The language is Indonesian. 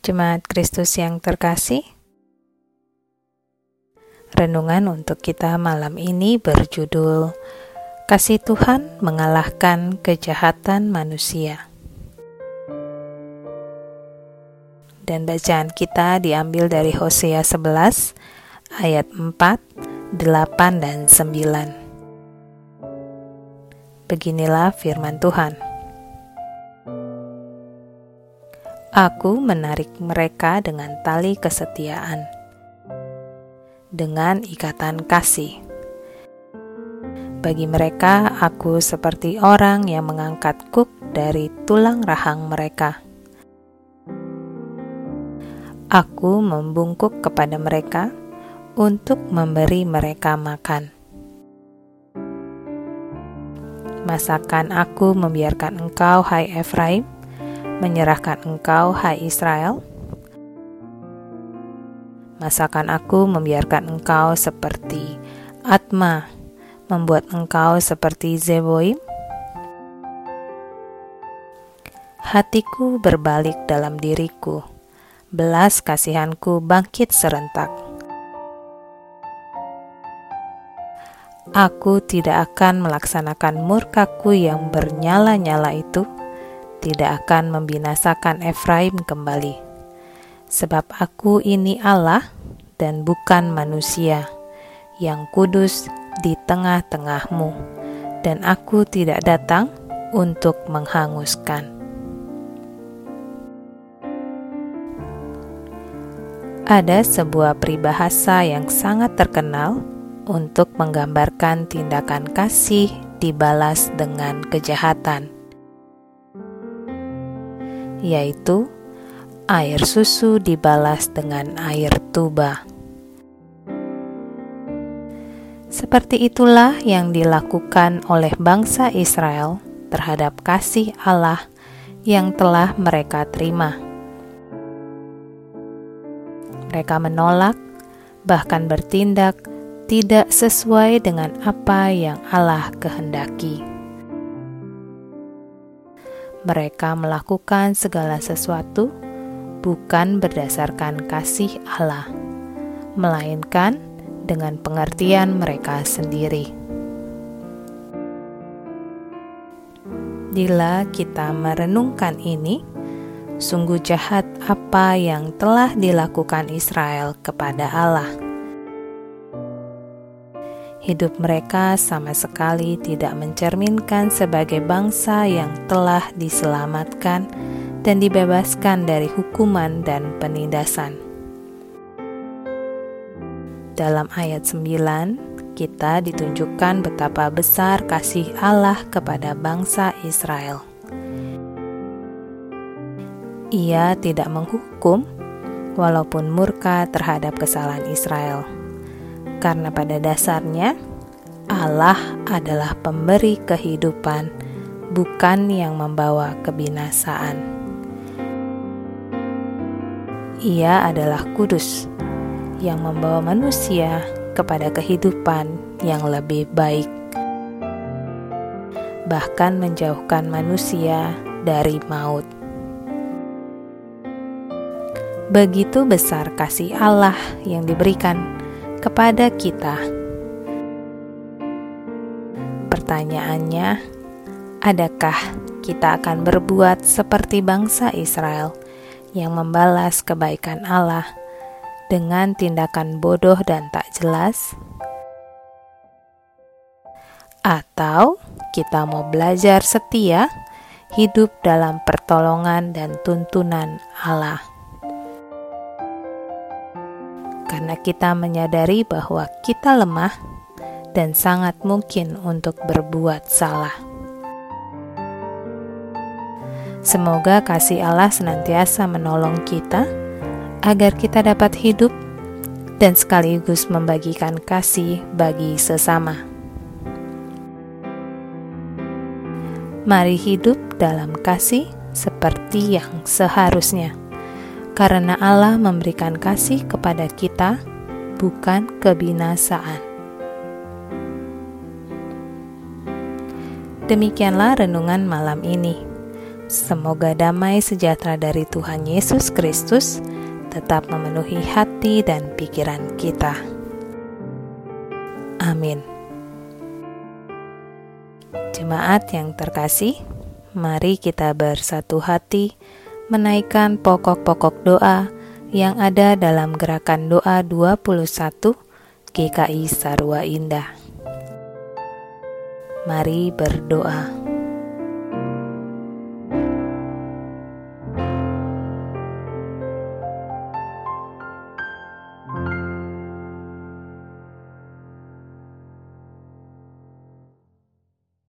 Jemaat Kristus yang terkasih, renungan untuk kita malam ini berjudul Kasih Tuhan Mengalahkan Kejahatan Manusia. Dan bacaan kita diambil dari Hosea 11 ayat 4, 8 dan 9. Beginilah firman Tuhan. Aku menarik mereka dengan tali kesetiaan, dengan ikatan kasih. Bagi mereka, aku seperti orang yang mengangkat kuk dari tulang rahang mereka. Aku membungkuk kepada mereka untuk memberi mereka makan. Masakan aku membiarkan engkau, hai Efraim, menyerahkan engkau, hai Israel? Masakan aku membiarkan engkau seperti Atma, membuat engkau seperti Zeboim? Hatiku berbalik dalam diriku, belas kasihanku bangkit serentak. Aku tidak akan melaksanakan murkaku yang bernyala-nyala itu, tidak akan membinasakan Efraim kembali. Sebab aku ini Allah dan bukan manusia, yang kudus di tengah-tengahmu, dan aku tidak datang untuk menghanguskan. Ada sebuah peribahasa yang sangat terkenal untuk menggambarkan tindakan kasih dibalas dengan kejahatan, yaitu air susu dibalas dengan air tuba. Seperti itulah yang dilakukan oleh bangsa Israel terhadap kasih Allah yang telah mereka terima. Mereka menolak, bahkan bertindak tidak sesuai dengan apa yang Allah kehendaki. Mereka melakukan segala sesuatu bukan berdasarkan kasih Allah, melainkan dengan pengertian mereka sendiri. Bila kita merenungkan ini, sungguh jahat apa yang telah dilakukan Israel kepada Allah. Hidup mereka sama sekali tidak mencerminkan sebagai bangsa yang telah diselamatkan dan dibebaskan dari hukuman dan penindasan. Dalam ayat 9, kita ditunjukkan betapa besar kasih Allah kepada bangsa Israel. Ia tidak menghukum walaupun murka terhadap kesalahan Israel. Karena pada dasarnya, Allah adalah pemberi kehidupan, bukan yang membawa kebinasaan. Ia adalah kudus, yang membawa manusia kepada kehidupan yang lebih baik, bahkan menjauhkan manusia dari maut. Begitu besar kasih Allah yang diberikan kepada kita. Pertanyaannya, adakah kita akan berbuat seperti bangsa Israel yang membalas kebaikan Allah dengan tindakan bodoh dan tak jelas? Atau kita mau belajar setia, hidup dalam pertolongan dan tuntunan Allah? Karena kita menyadari bahwa kita lemah dan sangat mungkin untuk berbuat salah. Semoga kasih Allah senantiasa menolong kita agar kita dapat hidup dan sekaligus membagikan kasih bagi sesama. Mari hidup dalam kasih seperti yang seharusnya. Karena Allah memberikan kasih kepada kita, bukan kebinasaan. Demikianlah renungan malam ini. Semoga damai sejahtera dari Tuhan Yesus Kristus tetap memenuhi hati dan pikiran kita. Amin. Jemaat yang terkasih, mari kita bersatu hati menaikkan pokok-pokok doa yang ada dalam gerakan doa 21 GKI Sarua Indah. Mari berdoa.